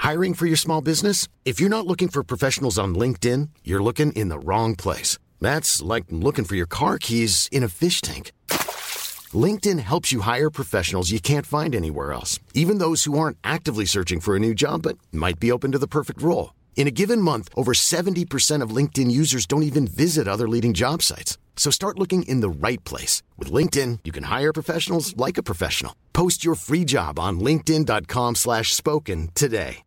Hiring for your small business? If you're not looking for professionals on LinkedIn, you're looking in the wrong place. That's like looking for your car keys in a fish tank. LinkedIn helps you hire professionals you can't find anywhere else, even those who aren't actively searching for a new job but might be open to the perfect role. In a given month, over 70% of LinkedIn users don't even visit other leading job sites. So start looking in the right place. With LinkedIn, you can hire professionals like a professional. Post your free job on linkedin.com/spoken today.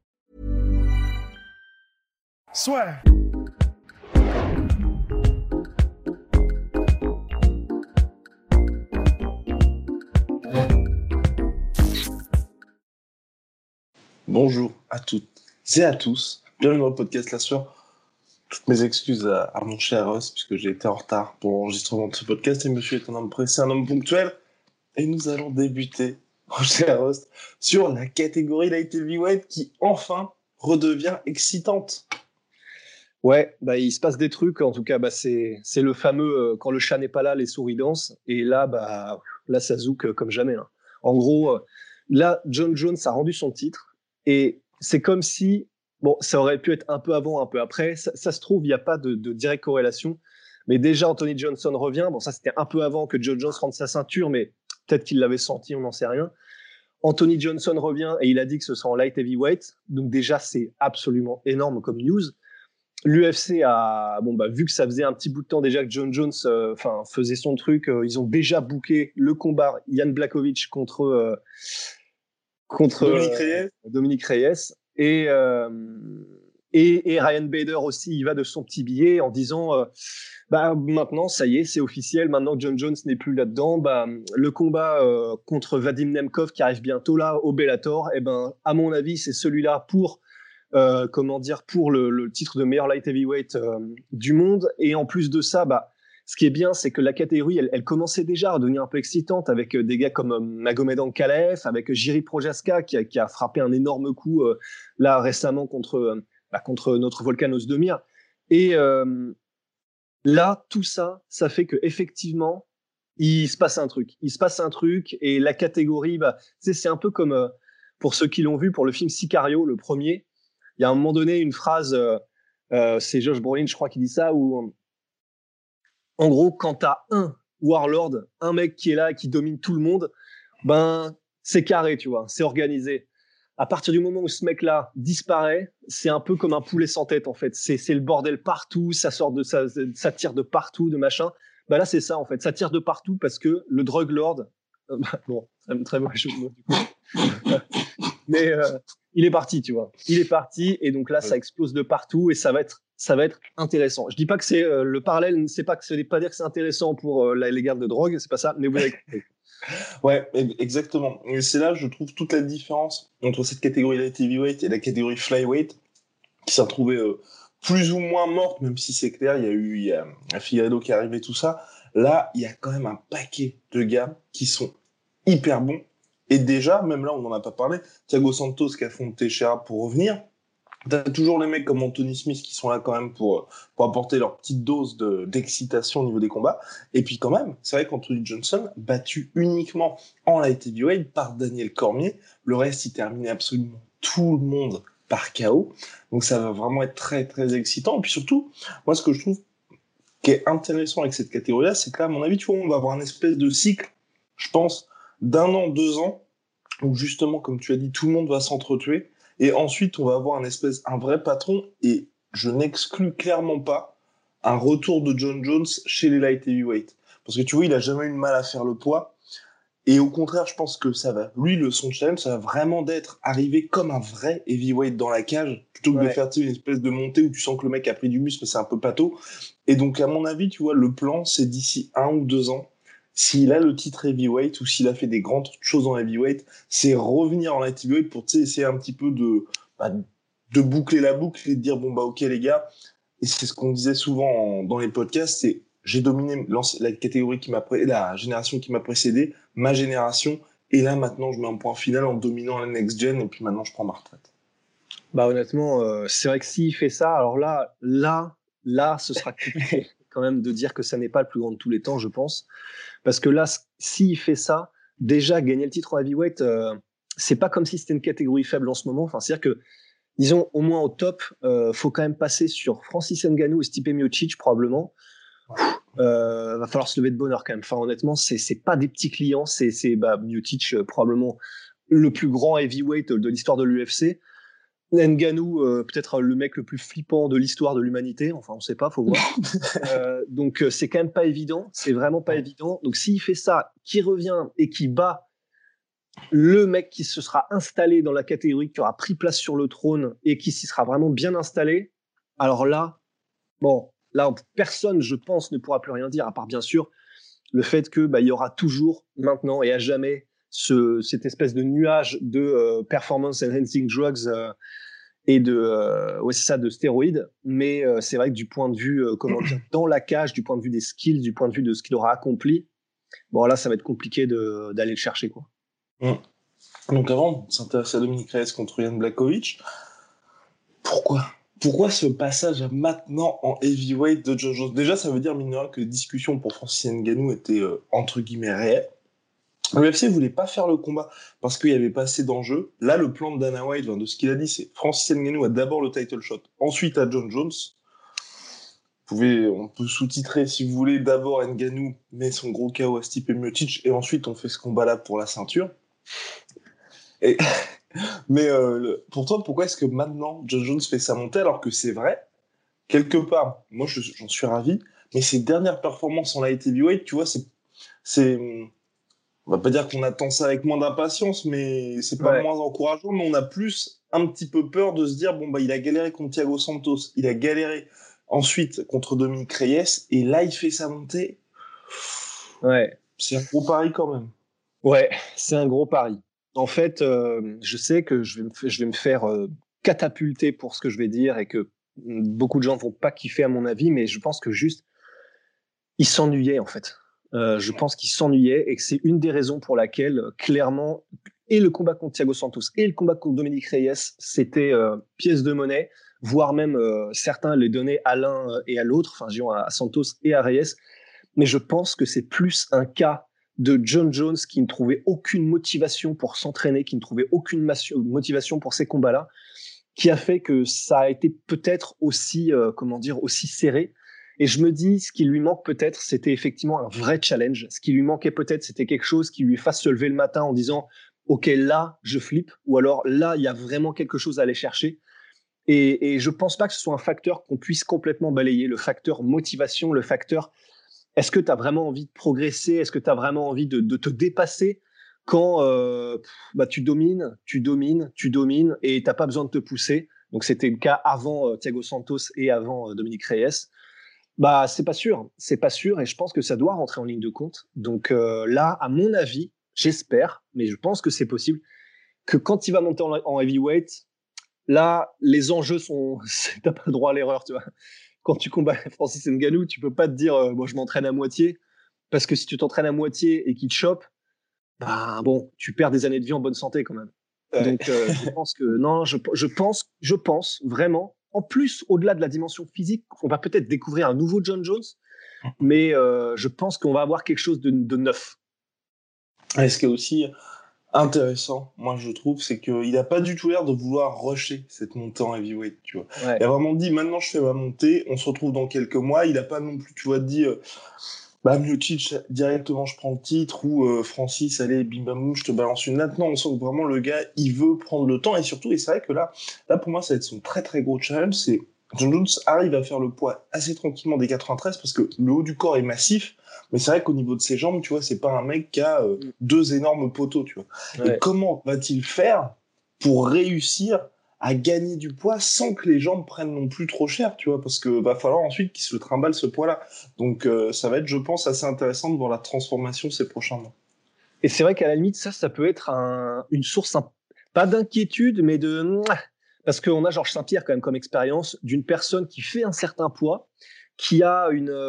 Soit. Bonjour à toutes et à tous. Bienvenue dans le podcast La Sueur. Toutes mes excuses à mon cher Russ, puisque j'ai été en retard pour l'enregistrement de ce podcast et monsieur est un homme pressé, un homme ponctuel. Et nous allons débuter, mon cher Russ, sur la catégorie Light Heavyweight qui enfin redevient excitante. Ouais, il se passe des trucs. En tout cas, c'est le fameux quand le chat n'est pas là, les souris dansent. Et là, là ça zouk comme jamais. Hein. En gros, là, Jon Jones a rendu son titre et c'est comme si, bon, ça aurait pu être un peu avant, un peu après. Ça se trouve, il n'y a pas de directe corrélation. Mais déjà, Anthony Johnson revient. Bon, ça c'était un peu avant que Jon Jones rende sa ceinture, mais peut-être qu'il l'avait senti, on n'en sait rien. Anthony Johnson revient et il a dit que ce sera en light heavyweight. Donc déjà, c'est absolument énorme comme news. L'UFC a, vu que ça faisait un petit bout de temps déjà que Jon Jones faisait son truc, ils ont déjà booké le combat Jan Blachowicz contre Dominique Reyes et Ryan Bader aussi, il va de son petit billet en disant maintenant ça y est, c'est officiel, maintenant que Jon Jones n'est plus là-dedans, le combat contre Vadim Nemkov qui arrive bientôt là au Bellator, à mon avis c'est celui-là pour pour le titre de meilleur light heavyweight du monde. Et en plus de ça, ce qui est bien, c'est que la catégorie, elle commençait déjà à devenir un peu excitante avec des gars comme Magomed Ankalaev, avec Jiří Procházka qui a frappé un énorme coup là récemment contre notre Volkan Ozdemir. Et là, tout ça fait que effectivement, il se passe un truc. Et la catégorie, c'est un peu comme pour ceux qui l'ont vu pour le film Sicario, le premier. Il y a un moment donné une phrase, c'est Josh Brolin, je crois, qui dit ça, où en gros, quand t'as un warlord, un mec qui est là, qui domine tout le monde, c'est carré, tu vois, c'est organisé. À partir du moment où ce mec-là disparaît, c'est un peu comme un poulet sans tête, en fait. C'est le bordel partout, ça tire de partout, de machin. Là, c'est ça, en fait. Ça tire de partout parce que le drug lord, c'est un très mauvais jeu de mots, du coup. Mais il est parti, tu vois. Il est parti et donc là, ça explose de partout et ça va être intéressant. Je dis pas que c'est le parallèle, c'est pas que ce n'est pas dire que c'est intéressant pour les guerres de drogue, c'est pas ça, mais vous avez compris. Ouais, exactement. Et c'est là, je trouve toute la différence entre cette catégorie light heavyweight et la catégorie flyweight qui s'est retrouvée plus ou moins morte, même si c'est clair, il y a Figueiredo qui est arrivé, tout ça. Là, il y a quand même un paquet de gars qui sont hyper bons. Et déjà, même là, on n'en a pas parlé, Thiago Santos qui affronte Teixeira pour revenir. T'as toujours les mecs comme Anthony Smith qui sont là quand même pour apporter leur petite dose d'excitation au niveau des combats. Et puis quand même, c'est vrai qu'Anthony Johnson, battu uniquement en light heavyweight par Daniel Cormier, le reste, il terminait absolument tout le monde par KO. Donc ça va vraiment être très, très excitant. Et puis surtout, moi, ce que je trouve qui est intéressant avec cette catégorie-là, c'est que là, à mon avis, tu vois, on va avoir une espèce de cycle, je pense, d'1 an, 2 ans, où justement, comme tu as dit, tout le monde va s'entretuer, et ensuite, on va avoir un vrai patron, et je n'exclus clairement pas un retour de Jon Jones chez les light heavyweight. Parce que tu vois, il a jamais eu de mal à faire le poids, et au contraire, je pense que son challenge, ça va vraiment d'être arrivé comme un vrai heavyweight dans la cage, plutôt que de faire une espèce de montée où tu sens que le mec a pris du muscle, mais c'est un peu pâteau. Et donc, à mon avis, tu vois, le plan, c'est d'ici 1 ou 2 ans, s'il a le titre heavyweight ou s'il a fait des grandes choses en heavyweight, c'est revenir en light heavyweight pour essayer un petit peu de boucler la boucle et de dire ok les gars, et c'est ce qu'on disait souvent dans les podcasts, c'est j'ai dominé la catégorie la génération qui m'a précédé, ma génération, et là maintenant je mets un point final en dominant la next gen et puis maintenant je prends ma retraite. Honnêtement, c'est vrai que s'il fait ça, alors là ce sera compliqué quand même de dire que ça n'est pas le plus grand de tous les temps, je pense. Parce que là, s'il fait ça, déjà, gagner le titre en heavyweight, c'est pas comme si c'était une catégorie faible en ce moment. Enfin, c'est-à-dire que disons, au moins au top, faut quand même passer sur Francis Ngannou et Stipe Miocic, probablement. Va falloir se lever de bonheur quand même. Enfin, honnêtement, c'est pas des petits clients. C'est Miocic, probablement le plus grand heavyweight de l'histoire de l'UFC. Ngannou, peut-être le mec le plus flippant de l'histoire de l'humanité. Enfin, on sait pas, faut voir. Donc, c'est quand même pas évident. C'est vraiment pas évident. Donc, s'il fait ça, qui revient et qui bat le mec qui se sera installé dans la catégorie, qui aura pris place sur le trône et qui s'y sera vraiment bien installé, alors là, bon, là, personne, je pense, ne pourra plus rien dire, à part bien sûr le fait que il y aura toujours, maintenant et à jamais, cette espèce de nuage de performance enhancing drugs et de stéroïdes. Mais c'est vrai que du point de vue, comment dire, dans la cage, du point de vue des skills, du point de vue de ce qu'il aura accompli, bon là, ça va être compliqué d'aller le chercher, quoi. Donc avant, on s'intéresse à Dominic Reyes contre Jan Blachowicz. Pourquoi ce passage à maintenant en heavyweight de Jon Jones? Déjà, ça veut dire, mine de rien, que les discussions pour Francis Ngannou étaient entre guillemets réelles. L'UFC voulait pas faire le combat parce qu'il y avait pas assez d'enjeux. Là, le plan de Dana White, de ce qu'il a dit, c'est Francis Ngannou a d'abord le title shot, ensuite à Jon Jones. On peut sous-titrer si vous voulez, d'abord Ngannou met son gros KO à Stipe Miocic et ensuite on fait ce combat-là pour la ceinture. Mais pour toi, pourquoi est-ce que maintenant Jon Jones fait sa montée alors que c'est vrai, quelque part, moi j'en suis ravi, mais ses dernières performances en light heavyweight, tu vois, on va pas dire qu'on attend ça avec moins d'impatience, mais c'est pas moins encourageant, mais on a plus un petit peu peur de se dire, il a galéré contre Thiago Santos, il a galéré ensuite contre Dominic Reyes, et là il fait sa montée. Ouais. C'est un gros pari quand même. Ouais, c'est un gros pari. En fait, je sais que je vais me faire catapulter pour ce que je vais dire et que beaucoup de gens vont pas kiffer à mon avis, mais je pense que juste, il s'ennuyait en fait. Je pense qu'il s'ennuyait et que c'est une des raisons pour laquelle, clairement, et le combat contre Thiago Santos et le combat contre Dominic Reyes, c'était pièce de monnaie, voire même certains les donnaient à l'un et à l'autre, enfin, disons à Santos et à Reyes. Mais je pense que c'est plus un cas de Jon Jones qui ne trouvait aucune motivation pour s'entraîner, qui ne trouvait aucune motivation pour ces combats-là, qui a fait que ça a été peut-être aussi, aussi serré. Et je me dis, ce qui lui manque peut-être, c'était effectivement un vrai challenge. Ce qui lui manquait peut-être, c'était quelque chose qui lui fasse se lever le matin en disant, OK, là, je flippe, ou alors là, il y a vraiment quelque chose à aller chercher. Et je pense pas que ce soit un facteur qu'on puisse complètement balayer, le facteur motivation, le facteur est-ce que tu as vraiment envie de progresser? Est-ce que tu as vraiment envie de te dépasser quand tu domines et tu n'as pas besoin de te pousser? Donc, c'était le cas avant Thiago Santos et avant Dominic Reyes. C'est pas sûr. C'est pas sûr et je pense que ça doit rentrer en ligne de compte. Donc là, à mon avis, j'espère, mais je pense que c'est possible, que quand il va monter en heavyweight, là, les enjeux sont... T'as pas le droit à l'erreur, tu vois. Quand tu combats Francis Ngannou, tu peux pas te dire je m'entraîne à moitié, parce que si tu t'entraînes à moitié et qu'il te chope, tu perds des années de vie en bonne santé quand même. Ouais. Donc je pense que non, je pense vraiment. En plus, au-delà de la dimension physique, on va peut-être découvrir un nouveau Jon Jones, mais je pense qu'on va avoir quelque chose de neuf. Et ce qui est aussi intéressant, moi je trouve, c'est qu'il n'a pas du tout l'air de vouloir rusher cette montée en heavyweight, tu vois. Ouais. Il a vraiment dit, maintenant je fais ma montée, on se retrouve dans quelques mois. Il n'a pas non plus, tu vois, dit, Miocic, directement je prends le titre, ou Francis, allez, bim bam boum, je te balance une natte. Non, on sent que vraiment le gars, il veut prendre le temps, et surtout, et c'est vrai que là pour moi, ça va être son très très gros challenge, c'est Jon Jones arrive à faire le poids assez tranquillement des 93 parce que le haut du corps est massif, mais c'est vrai qu'au niveau de ses jambes, tu vois, c'est pas un mec qui a deux énormes poteaux, tu vois. Ouais. Et comment va-t-il faire pour réussir à gagner du poids sans que les jambes prennent non plus trop cher, tu vois, parce que va falloir ensuite qu'il se le trimballe ce poids-là. Donc ça va être, je pense, assez intéressant de voir la transformation ces prochains mois. Et c'est vrai qu'à la limite, ça peut être une source, pas d'inquiétude, mais de... Parce qu'on a Georges Saint-Pierre quand même comme expérience d'une personne qui fait un certain poids, qui a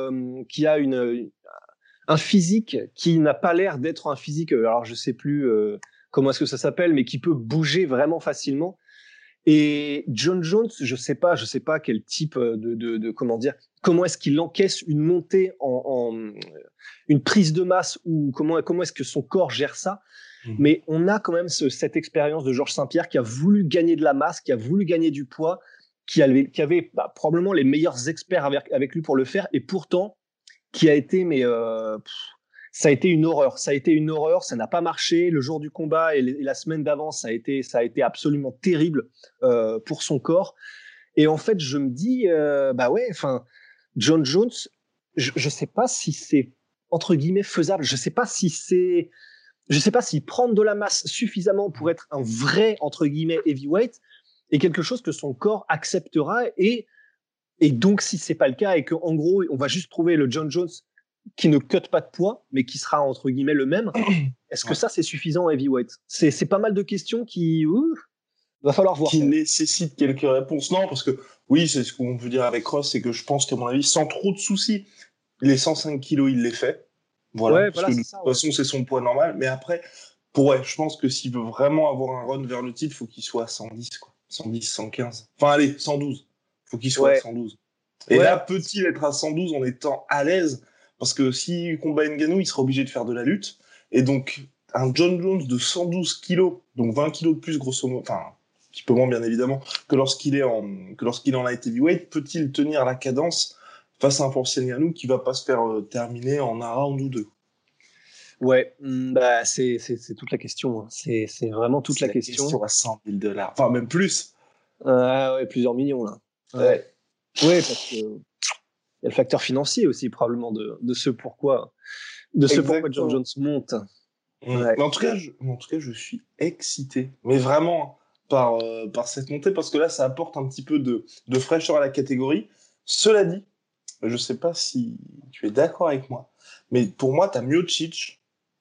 un physique qui n'a pas l'air d'être un physique, alors je sais plus comment est-ce que ça s'appelle, mais qui peut bouger vraiment facilement. Et Jon Jones, je sais pas quel type de comment est-ce qu'il encaisse une montée en une prise de masse ou comment est-ce que son corps gère ça. Mais on a quand même cette expérience de Georges Saint-Pierre qui a voulu gagner de la masse, qui a voulu gagner du poids, qui avait probablement les meilleurs experts avec lui pour le faire, et pourtant qui a été ça a été une horreur. Ça a été une horreur. Ça n'a pas marché. Le jour du combat et la semaine d'avant, ça a été absolument terrible pour son corps. Et en fait, je me dis, John Jones, je sais pas si c'est entre guillemets faisable. Je sais pas s'il prend de la masse suffisamment pour être un vrai entre guillemets heavyweight et quelque chose que son corps acceptera. Et donc, si c'est pas le cas et qu'en gros, on va juste trouver le John Jones qui ne cut pas de poids, mais qui sera entre guillemets le même, est-ce que ça c'est suffisant en heavyweight? C'est pas mal de questions qui va falloir voir. Qui nécessitent quelques réponses. Non, parce que oui, c'est ce qu'on peut dire avec Ross, c'est que je pense qu'à mon avis, sans trop de soucis, les 105 kilos, il les fait. Voilà, parce que de toute façon, c'est son poids normal. Mais après, je pense que s'il veut vraiment avoir un run vers le titre, il faut qu'il soit à 110, quoi. 110, 115. Enfin, allez, 112. Il faut qu'il soit à 112. Et là, peut-il être à 112 en étant à l'aise? Parce que s'il combat Ngannou, il sera obligé de faire de la lutte. Et donc, un John Jones de 112 kilos, donc 20 kilos de plus, grosso modo, enfin, un petit peu moins, bien évidemment, que lorsqu'il est en light heavyweight, peut-il tenir la cadence face à un Francis Ngannou qui va pas se faire terminer en un round ou deux? Ouais, c'est toute la question. Hein. C'est vraiment toute la question. À $100,000. Enfin, même plus. Plusieurs millions, là. Ouais. Ouais, parce que il y a le facteur financier aussi, probablement, de ce pourquoi John Jones monte. Ouais. Mais en tout cas, je suis excité. Mais vraiment, par cette montée, parce que là, ça apporte un petit peu de fraîcheur à la catégorie. Cela dit, je sais pas si tu es d'accord avec moi, mais pour moi, t'as Miocic,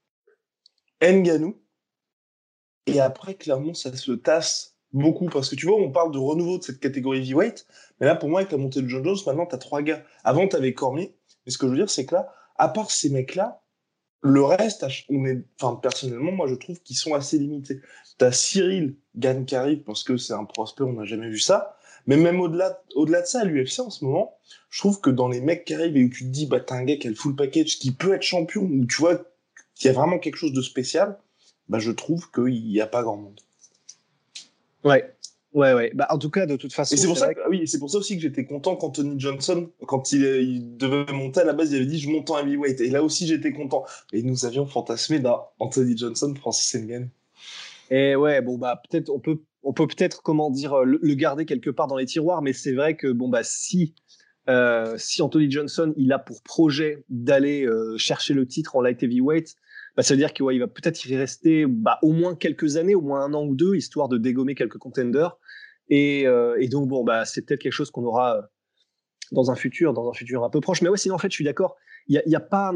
Ngannou, et après, clairement, ça se tasse beaucoup, parce que tu vois, on parle de renouveau de cette catégorie heavyweight, mais là, pour moi, avec la montée de John Jones, maintenant, t'as 3 gars. Avant, t'avais Cormier, mais ce que je veux dire, c'est que là, à part ces mecs-là, le reste, personnellement, moi, je trouve qu'ils sont assez limités. T'as Cyril Gane qui arrive, parce que c'est un prospect, on n'a jamais vu ça, mais même au-delà de ça, à l'UFC, en ce moment, je trouve que dans les mecs qui arrivent et où tu te dis, t'as un gars qui a le full package, qui peut être champion, ou tu vois, qu'il y a vraiment quelque chose de spécial, je trouve qu'il n'y a pas grand monde. Ouais. En tout cas, de toute façon. Et c'est pour ça aussi que j'étais content quand Tony Johnson, quand il devait monter à la base, il avait dit je monte en heavyweight. Et là aussi, j'étais content. Et nous avions fantasmé Anthony Johnson, Francis Ngannou. Et peut-être on peut peut-être le garder quelque part dans les tiroirs, mais c'est vrai que si Anthony Johnson il a pour projet d'aller chercher le titre en light heavyweight, ça veut dire qu'il va peut-être y rester au moins quelques années, au moins 1 an ou 2, histoire de dégommer quelques contenders. Et donc c'est peut-être quelque chose qu'on aura dans un futur un peu proche. Mais ouais, sinon en fait je suis d'accord. Il y a pas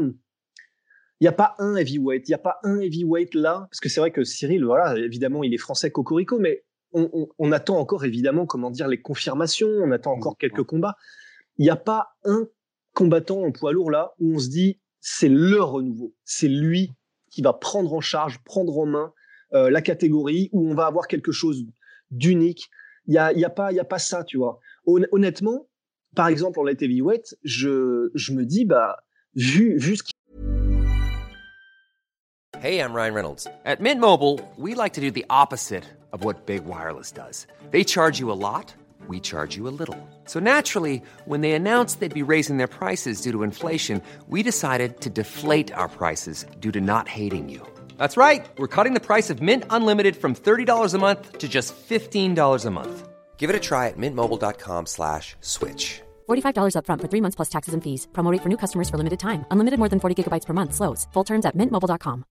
un heavyweight. Il y a pas un heavyweight là, parce que c'est vrai que Cyril, voilà, évidemment il est français cocorico, mais on attend encore évidemment les confirmations. On attend encore quelques combats. Il n'y a pas un combattant en poids lourd là où on se dit c'est le renouveau, c'est lui qui va prendre en charge, prendre en main la catégorie, où on va avoir quelque chose d'unique. Il y a pas ça, tu vois. Honnêtement, par exemple en light heavyweight, je me dis vu ce qui... Hey, I'm Ryan Reynolds. At Mint Mobile, we like to do the opposite of what Big Wireless does. They charge you a lot. We charge you a little. So naturally, when they announced they'd be raising their prices due to inflation, we decided to deflate our prices due to not hating you. That's right. We're cutting the price of Mint Unlimited from $30 a month to just $15 a month. Give it a try at mintmobile.com/switch. $45 up front for 3 months plus taxes and fees. Promo rate for new customers for limited time. Unlimited more than 40 gigabytes per month. Slows full terms at mintmobile.com.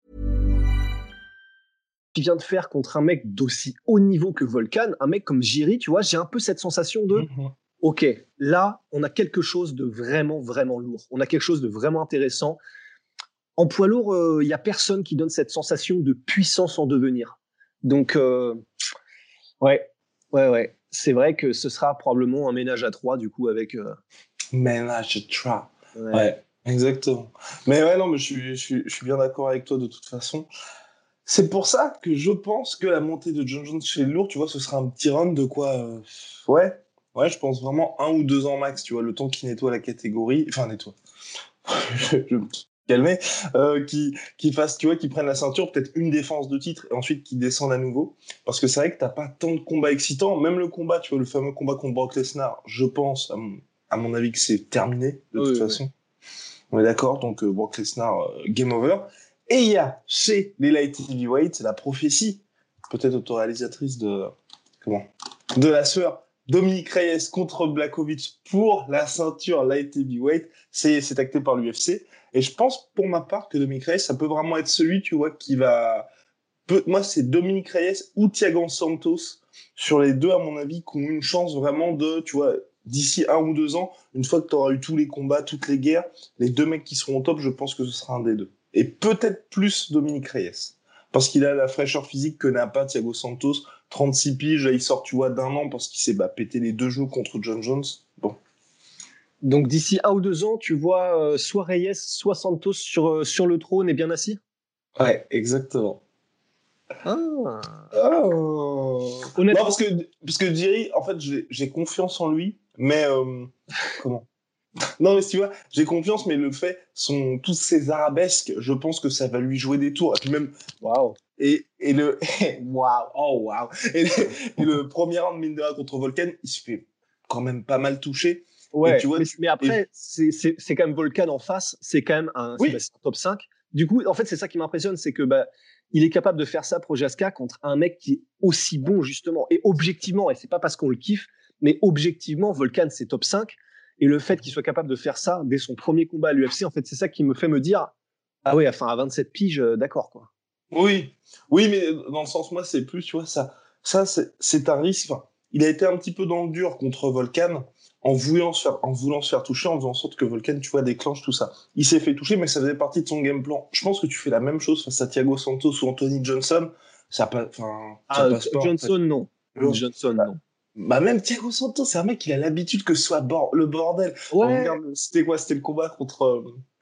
Qui vient de faire contre un mec d'aussi haut niveau que Volkan, un mec comme Jiri, tu vois, j'ai un peu cette sensation de ok, là, on a quelque chose de vraiment, vraiment lourd. On a quelque chose de vraiment intéressant. En poids lourd, il y a personne qui donne cette sensation de puissance en devenir. Donc, ouais. C'est vrai que ce sera probablement un ménage à 3, du coup, avec... Ménage à 3. Ouais, exactement. Mais ouais, non, mais je suis bien d'accord avec toi de toute façon. C'est pour ça que je pense que la montée de John Jones chez le lourd, tu vois, ce sera un petit run de quoi ouais, je pense vraiment 1 ou 2 ans max, tu vois, le temps qu'il nettoie la catégorie. Enfin, nettoie. je calmer, qui fassent, tu vois, qui prennent la ceinture, peut-être une défense de titre, et ensuite qui descendent à nouveau. Parce que c'est vrai que t'as pas tant de combats excitants. Même le combat, tu vois, le fameux combat contre Brock Lesnar, je pense, à mon avis, que c'est terminé, de toute façon. On est d'accord, donc Brock Lesnar, game over. Et il y a, chez les light heavyweight, la prophétie, peut-être autoréalisatrice de la sueur, Dominic Reyes contre Blachowicz pour la ceinture light heavyweight, c'est acté par l'UFC. Et je pense, pour ma part, que Dominic Reyes, ça peut vraiment être celui, tu vois, qui va... Moi, c'est Dominic Reyes ou Thiago Santos, sur les deux, à mon avis, qui ont une chance vraiment de, tu vois, d'ici 1 ou 2 ans, une fois que tu auras eu tous les combats, toutes les guerres, les deux mecs qui seront au top, je pense que ce sera un des deux. Et peut-être plus Dominic Reyes. Parce qu'il a la fraîcheur physique que n'a pas Thiago Santos. 36 piges, là, il sort, tu vois, d'un an parce qu'il s'est pété les 2 genoux contre John Jones. Bon. Donc d'ici 1 ou 2 ans, tu vois soit Reyes, soit Santos sur le trône et bien assis. Ouais, exactement. Honnêtement. Non, parce que Jerry, en fait, j'ai confiance en lui, mais comment? Non, mais tu vois, j'ai confiance, mais le fait, tous ces arabesques, je pense que ça va lui jouer des tours. Et puis même, waouh. Et le, waouh. Et le premier round de Mindera contre Volkan, il se fait quand même pas mal toucher. Ouais, tu vois, mais après, c'est quand même Volkan en face, c'est quand même c'est un top 5. Du coup, en fait, c'est ça qui m'impressionne, c'est que il est capable de faire ça, Prochaska, contre un mec qui est aussi bon, justement. Et objectivement, et c'est pas parce qu'on le kiffe, mais objectivement, Volkan, c'est top 5. Et le fait qu'il soit capable de faire ça dès son premier combat à l'UFC, en fait, c'est ça qui me fait me dire, ah ouais, enfin, à 27 piges, d'accord, quoi. Oui, mais dans le sens, moi, c'est plus, tu vois, ça c'est un risque. Enfin, il a été un petit peu dans le dur contre Volkan en voulant se faire toucher, en faisant en sorte que Volkan, tu vois, déclenche tout ça. Il s'est fait toucher, mais ça faisait partie de son game plan. Je pense que tu fais la même chose face à Thiago Santos ou Anthony Johnson. Ça passe pas. Johnson, non. Johnson, non. Même Thiago Santos, c'est un mec qui a l'habitude que ce soit le bordel. Ouais. Regarde, c'était quoi? C'était le combat contre...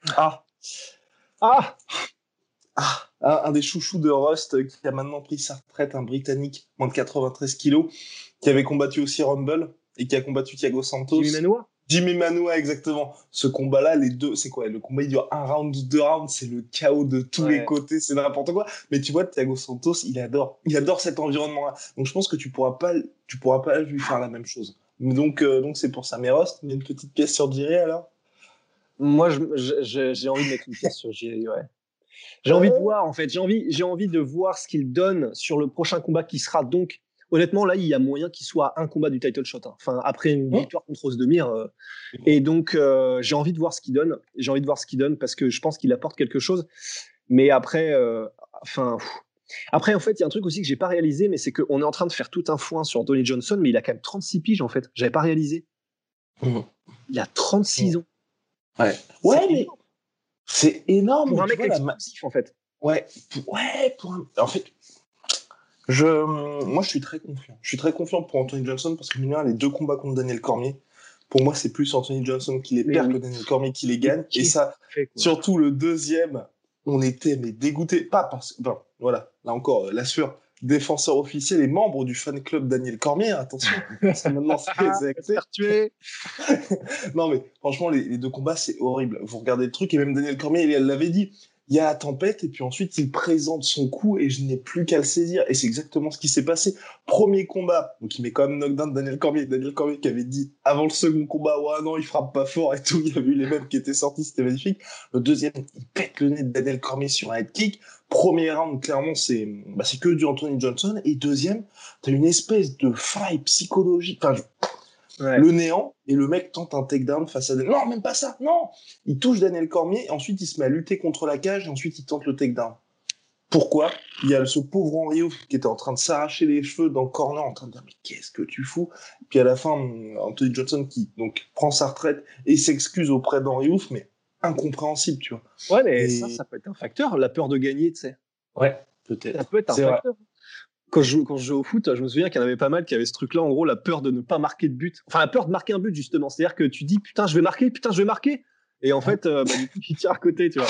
un des chouchous de Rust qui a maintenant pris sa retraite, un Britannique, moins de 93 kilos, qui avait combattu aussi Rumble et qui a combattu Thiago Santos. Jimmy Manuwa, exactement. Ce combat-là, les deux, c'est quoi? Le combat, il dure 1 round ou 2 rounds, c'est le chaos de tous les côtés, c'est n'importe quoi. Mais tu vois, Thiago Santos, il adore cet environnement-là. Donc, je pense que tu pourras pas lui faire la même chose. Donc c'est pour ça. Mais Rust, il y a une petite pièce sur Jiri, alors? Moi, j'ai envie de mettre une pièce sur Jiri, ouais. J'ai envie de voir, en fait, j'ai envie de voir ce qu'il donne sur le prochain combat qui sera donc, honnêtement, là, il y a moyen qu'il soit un combat du title shot. Hein. Enfin, après une victoire contre Ozdemir. Et donc, j'ai envie de voir ce qu'il donne. J'ai envie de voir ce qu'il donne parce que je pense qu'il apporte quelque chose. Mais après, après, en fait, il y a un truc aussi que j'ai pas réalisé, mais c'est qu'on est en train de faire tout un foin sur Anthony Johnson, mais il a quand même 36 piges, en fait. J'avais pas réalisé. Il a 36 ans. Ouais, mais c'est énorme. Pour un mec explosif, en fait. Ouais, en fait, moi, je suis très confiant. Je suis très confiant pour Anthony Johnson parce que les 2 combats contre Daniel Cormier, pour moi, c'est plus Anthony Johnson qui les perd que Daniel Cormier qui les gagne. Et ça, surtout le deuxième, on était dégoûtés. Pas parce que, voilà, là encore, la sueur, défenseur officiel et membre du fan club Daniel Cormier, attention, parce que maintenant c'est tué. Non mais franchement, les 2 combats, c'est horrible. Vous regardez le truc, et même Daniel Cormier, elle l'avait dit, il y a la tempête, et puis ensuite, il présente son coup, et je n'ai plus qu'à le saisir. Et c'est exactement ce qui s'est passé. Premier combat, donc il met quand même knockdown Daniel Cormier qui avait dit, avant le second combat, ouais, non, il frappe pas fort et tout, il y avait eu les mêmes qui étaient sortis, c'était magnifique. Le deuxième, il pète le nez de Daniel Cormier sur un head kick. Premier round, clairement, c'est que du Anthony Johnson. Et deuxième, t'as une espèce de faille psychologique, le néant, et le mec tente un takedown face à non, même pas ça, non, il touche Daniel Cormier, et ensuite il se met à lutter contre la cage, et ensuite il tente le takedown. Pourquoi? Il y a ce pauvre Henry Hooft qui était en train de s'arracher les cheveux dans le corner, en train de dire mais qu'est-ce que tu fous? Puis à la fin, Anthony Johnson qui donc prend sa retraite et s'excuse auprès d'Henry Hooft, mais incompréhensible, tu vois. Ouais, mais ça peut être un facteur, la peur de gagner, tu sais. Ouais, peut-être. Ça peut être un facteur. Quand je jouais au foot, je me souviens qu'il y en avait pas mal qui avaient ce truc-là, en gros, la peur de ne pas marquer de but. Enfin, la peur de marquer un but, justement. C'est-à-dire que tu dis, putain, je vais marquer. Et en fait, du coup, tu tires à côté, tu vois.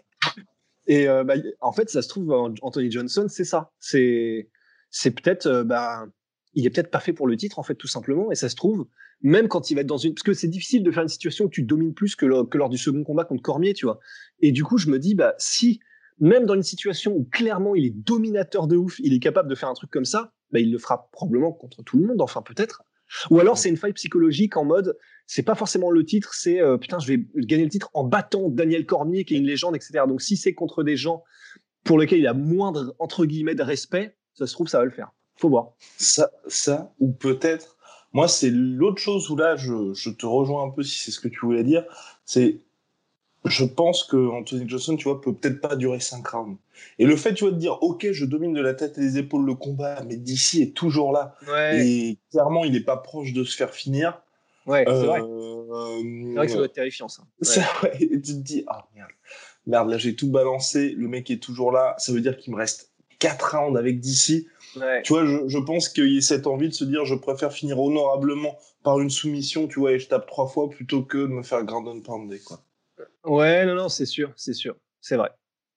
Et en fait, ça se trouve, Anthony Johnson, c'est ça. C'est peut-être il est peut-être pas fait pour le titre, en fait, tout simplement. Et ça se trouve, même quand il va être dans une... Parce que c'est difficile de faire une situation où tu domines plus que lors du second combat contre Cormier, tu vois. Et du coup, je me dis, bah, si, même dans une situation où clairement il est dominateur de ouf, il est capable de faire un truc comme ça, bah, il le fera probablement contre tout le monde, enfin, peut-être. Ou alors, c'est une faille psychologique en mode, c'est pas forcément le titre, c'est putain, je vais gagner le titre en battant Daniel Cormier, qui est une légende, etc. Donc, si c'est contre des gens pour lesquels il a moindre, entre guillemets, de respect, ça se trouve, ça va le faire. Faut voir. Ça, ou peut-être. Moi, c'est l'autre chose où là, je te rejoins un peu si c'est ce que tu voulais dire. C'est, je pense que Anthony Johnson, tu vois, peut peut-être pas durer 5 rounds. Et le fait, tu vois, de dire, ok, je domine de la tête et des épaules le combat, mais DC est toujours là. Ouais. Et clairement, il est pas proche de se faire finir. Ouais, c'est vrai. C'est vrai que ça doit être terrifiant, ça. Ouais. Ça, ouais. Et tu te dis, ah merde, là, j'ai tout balancé. Le mec est toujours là. Ça veut dire qu'il me reste 4 rounds avec DC. Ouais. Tu vois, je pense qu'il y a cette envie de se dire, je préfère finir honorablement par une soumission, tu vois, et je tape 3 fois plutôt que de me faire ground and pounder, quoi. Ouais, non, c'est sûr. C'est vrai.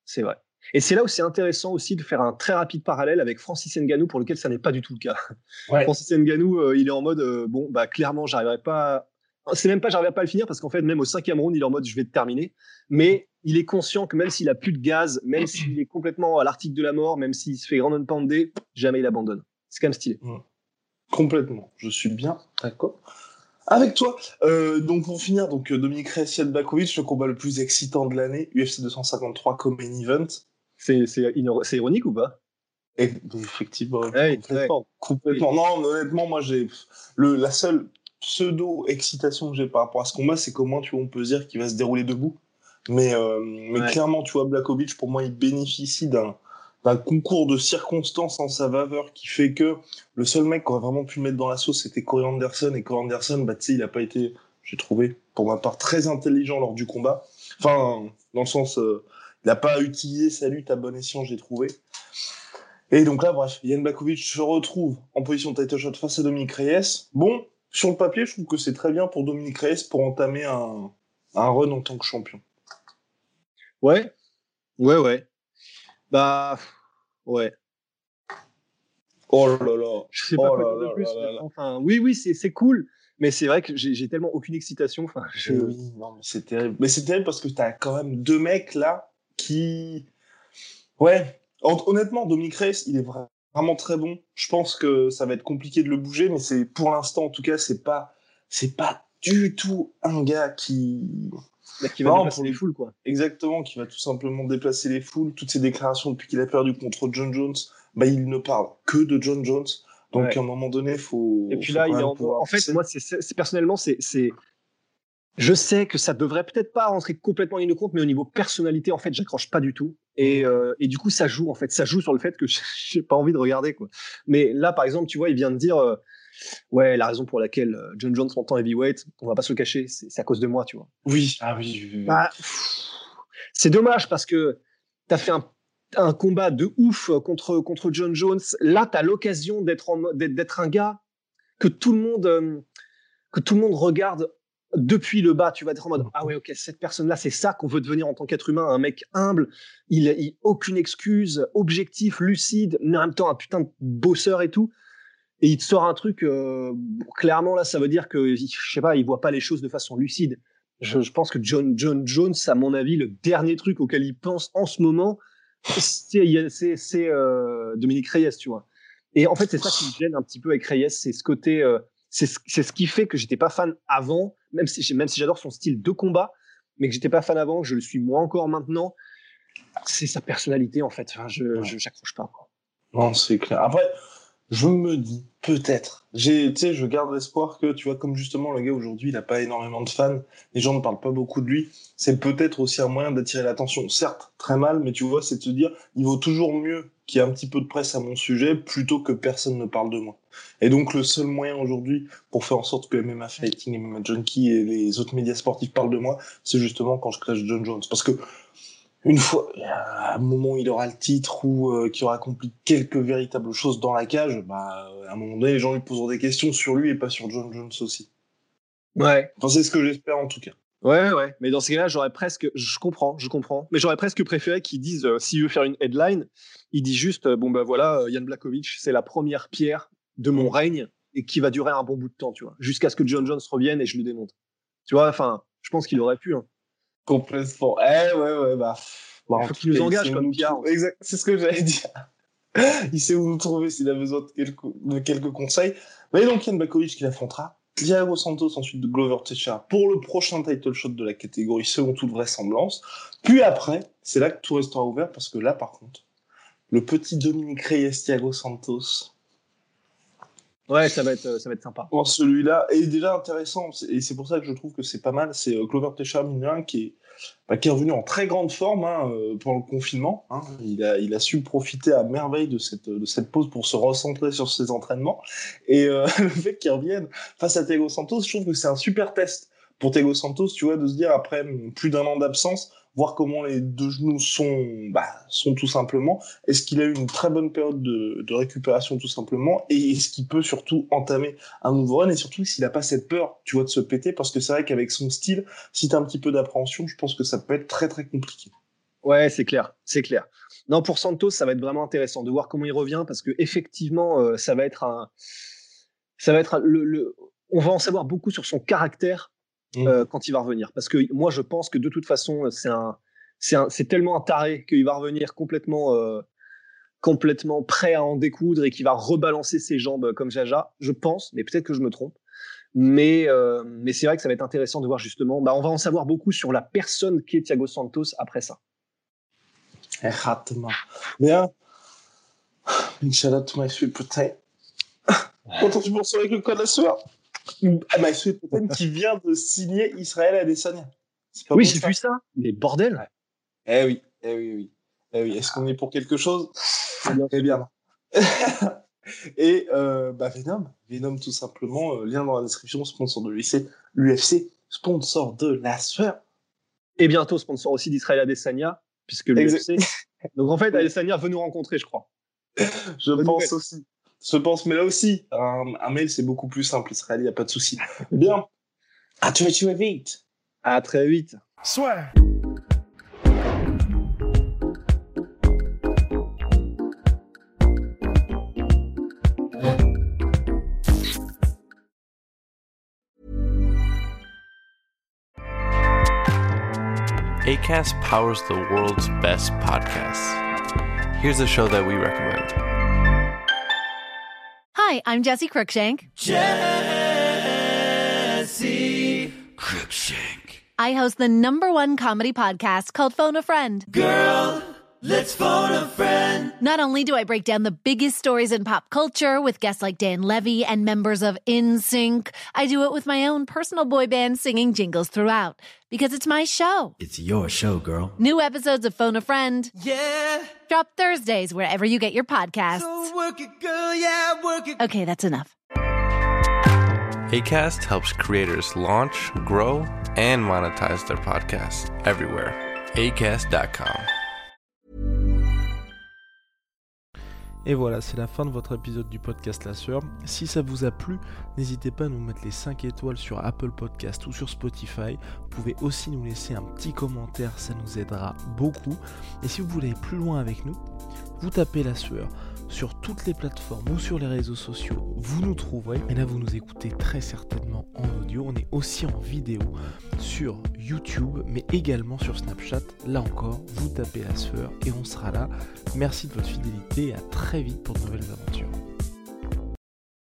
Et c'est là où c'est intéressant aussi de faire un très rapide parallèle avec Francis Ngannou, pour lequel ça n'est pas du tout le cas. Ouais. Francis Ngannou, il est en mode, bon, bah, clairement, j'arriverai pas. C'est même pas, j'arriverai pas à le finir parce qu'en fait, même au 5e round, il est en mode, je vais te terminer. Mais il est conscient que même s'il a plus de gaz, même s'il est complètement à l'article de la mort, même s'il se fait ground and pounder, jamais il abandonne. C'est quand même stylé. Complètement. Je suis bien d'accord avec toi. Donc pour finir, Dominic Reyes, Jan Blachowicz, le combat le plus excitant de l'année, UFC 253 comme main event. C'est ironique ou pas? Et, effectivement, ouais, complètement. Ouais. Non, honnêtement, moi la seule pseudo-excitation que j'ai par rapport à ce combat, c'est qu'au moins, tu vois, on peut se dire qu'il va se dérouler debout. Mais clairement, tu vois, Blachowicz, pour moi, il bénéficie d'un concours de circonstances en sa faveur qui fait que le seul mec qui aurait vraiment pu le mettre dans la sauce, c'était Corey Anderson. Et Corey Anderson, bah, tu sais, il a pas été, j'ai trouvé, pour ma part, très intelligent lors du combat. Enfin, dans le sens, il a pas utilisé sa lutte à bon escient, j'ai trouvé. Et donc là, bref, Jan Blachowicz se retrouve en position de title shot face à Dominic Reyes. Bon, sur le papier, je trouve que c'est très bien pour Dominic Reyes pour entamer un run en tant que champion. Ouais. Bah, ouais. Oh là là. Je sais pas quoi dire de plus. Enfin, oui, c'est cool, mais c'est vrai que j'ai tellement aucune excitation. Enfin, oui, non, mais c'est terrible. Mais c'est terrible parce que t'as quand même 2 mecs là qui, ouais. Honnêtement, Dominic Reyes, il est vraiment très bon. Je pense que ça va être compliqué de le bouger, mais c'est pour l'instant, en tout cas, c'est pas du tout un gars qui va déplacer les foules, quoi. Exactement, qui va tout simplement déplacer les foules. Toutes ses déclarations depuis qu'il a perdu contre John Jones, bah il ne parle que de John Jones. Donc à un moment donné, faut. Et puis là, il est en fait, moi, c'est personnellement, c'est. Je sais que ça devrait peut-être pas rentrer complètement en ligne de compte, mais au niveau personnalité, en fait, j'accroche pas du tout. Et du coup, ça joue sur le fait que j'ai pas envie de regarder, quoi. Mais là, par exemple, tu vois, il vient de dire, ouais, la raison pour laquelle John Jones monte en heavyweight, on va pas se le cacher, c'est à cause de moi, tu vois. Oui, ah oui. Bah, c'est dommage parce que t'as fait un combat de ouf contre John Jones. Là, t'as l'occasion d'être un gars que tout le monde regarde depuis le bas. Tu vas être en mode, ah ouais, ok, cette personne-là, c'est ça qu'on veut devenir en tant qu'être humain, un mec humble, il aucune excuse, objectif, lucide, mais en même temps un putain de bosseur et tout. Et il te sort un truc, clairement là, ça veut dire que, je sais pas, il voit pas les choses de façon lucide. Je pense que John Jones, à mon avis, le dernier truc auquel il pense en ce moment, c'est Dominic Reyes, tu vois. Et en fait, c'est ça qui me gêne un petit peu avec Reyes, c'est ce côté, c'est ce qui fait que j'étais pas fan avant, même si j'adore son style de combat, mais que j'étais pas fan avant, que je le suis moins encore maintenant. C'est sa personnalité, en fait. Enfin, j'accroche pas, quoi. Non, c'est clair. Après, je me dis, peut-être. Je garde l'espoir que, tu vois, comme justement le gars aujourd'hui, il a pas énormément de fans, les gens ne parlent pas beaucoup de lui, c'est peut-être aussi un moyen d'attirer l'attention. Certes, très mal, mais tu vois, c'est de se dire, il vaut toujours mieux qu'il y ait un petit peu de presse à mon sujet, plutôt que personne ne parle de moi. Et donc, le seul moyen aujourd'hui, pour faire en sorte que MMA Fighting, MMA Junkie et les autres médias sportifs parlent de moi, c'est justement quand je clash John Jones. Parce que, une fois, à un moment où il aura le titre ou qu'il aura accompli quelques véritables choses dans la cage, bah, à un moment donné, les gens lui poseront des questions sur lui et pas sur John Jones aussi. Ouais. Enfin, c'est ce que j'espère en tout cas. Ouais. Mais dans ce cas-là, je comprends. Mais j'aurais presque préféré qu'ils disent, s'il veut faire une headline, il dit juste, bon bah voilà, Jan Blachowicz, c'est la première pierre de mon règne et qui va durer un bon bout de temps, tu vois, jusqu'à ce que John Jones revienne et je le démonte. Tu vois, enfin, je pense qu'il aurait pu. Hein. Complètement. Ouais, bah. Il faut qu'il nous engage comme Pierre. Exact, c'est ce que j'allais dire. Il sait où nous trouver s'il a besoin de quelques conseils. Mais donc, Jan Blachowicz qui l'affrontera. Thiago Santos, ensuite de Glover Teixeira pour le prochain title shot de la catégorie, selon toute vraisemblance. Puis après, c'est là que tout restera ouvert, parce que là, par contre, le petit Dominic Reyes, Thiago Santos. Ouais, ça va être sympa. Bon, celui-là est déjà intéressant, et c'est pour ça que je trouve que c'est pas mal. C'est Glover Teixeira, mine de rien, qui est revenu en très grande forme pendant le confinement. Hein. Il a su profiter à merveille de cette pause pour se recentrer sur ses entraînements. Et le fait qu'il revienne face à Thiago Santos, je trouve que c'est un super test pour Thiago Santos, tu vois, de se dire après plus d'1 an d'absence, voir comment les deux genoux sont tout simplement. Est-ce qu'il a eu une très bonne période de récupération tout simplement, et est-ce qu'il peut surtout entamer un nouveau run, et surtout s'il a pas cette peur, tu vois, de se péter, parce que c'est vrai qu'avec son style, si t'as un petit peu d'appréhension, je pense que ça peut être très très compliqué. Ouais, c'est clair. Non, pour Santos, ça va être vraiment intéressant de voir comment il revient, parce que effectivement, ça va être on va en savoir beaucoup sur son caractère. Quand il va revenir, parce que moi je pense que de toute façon c'est tellement un taré qu'il va revenir complètement prêt à en découdre et qu'il va rebalancer ses jambes comme Jaja, je pense, mais peut-être que je me trompe, mais c'est vrai que ça va être intéressant de voir justement, on va en savoir beaucoup sur la personne qu'est Thiago Santos après ça. Exactement. Bien, Inch'Allah, to my sweet protein. Content tu poursuis avec le code à sueur. My Sweet Protein qui vient de signer Israël Adesanya. Oui, j'ai vu ça, mais bordel. Ouais. Eh oui. Est-ce qu'on est pour quelque chose ? Eh bien. Et Venom tout simplement, lien dans la description, sponsor de l'UFC, sponsor de la sueur. Et bientôt sponsor aussi d'Israël Adesanya, puisque l'UFC. Donc en fait, Adesanya veut nous rencontrer, je crois. Je pense aussi. Mais là aussi, un mail, c'est beaucoup plus simple, Israël, il n'y a pas de souci. Bien. À très vite. À très vite. Swear. Acast powers the world's best podcasts. Here's a show that we recommend. Hi, I'm Jessie Cruikshank. I host the #1 comedy podcast called Phone a Friend. Girl, let's phone a friend. Not only do I break down the biggest stories in pop culture with guests like Dan Levy and members of NSYNC, I do it with my own personal boy band singing jingles throughout. Because it's my show. It's your show, girl. New episodes of Phone a Friend. Yeah. Drop Thursdays wherever you get your podcasts. So work it, girl, yeah, work it. Okay, that's enough. Acast helps creators launch, grow, and monetize their podcasts everywhere. Acast.com. Et voilà, c'est la fin de votre épisode du podcast La Sueur. Si ça vous a plu, n'hésitez pas à nous mettre les 5 étoiles sur Apple Podcast ou sur Spotify. Vous pouvez aussi nous laisser un petit commentaire, ça nous aidera beaucoup. Et si vous voulez aller plus loin avec nous, vous tapez La Sueur sur toutes les plateformes ou sur les réseaux sociaux, vous nous trouverez. Et là, vous nous écoutez très certainement en audio. On est aussi en vidéo sur YouTube, mais également sur Snapchat. Là encore, vous tapez La Sueur et on sera là. Merci de votre fidélité et à très vite pour de nouvelles aventures.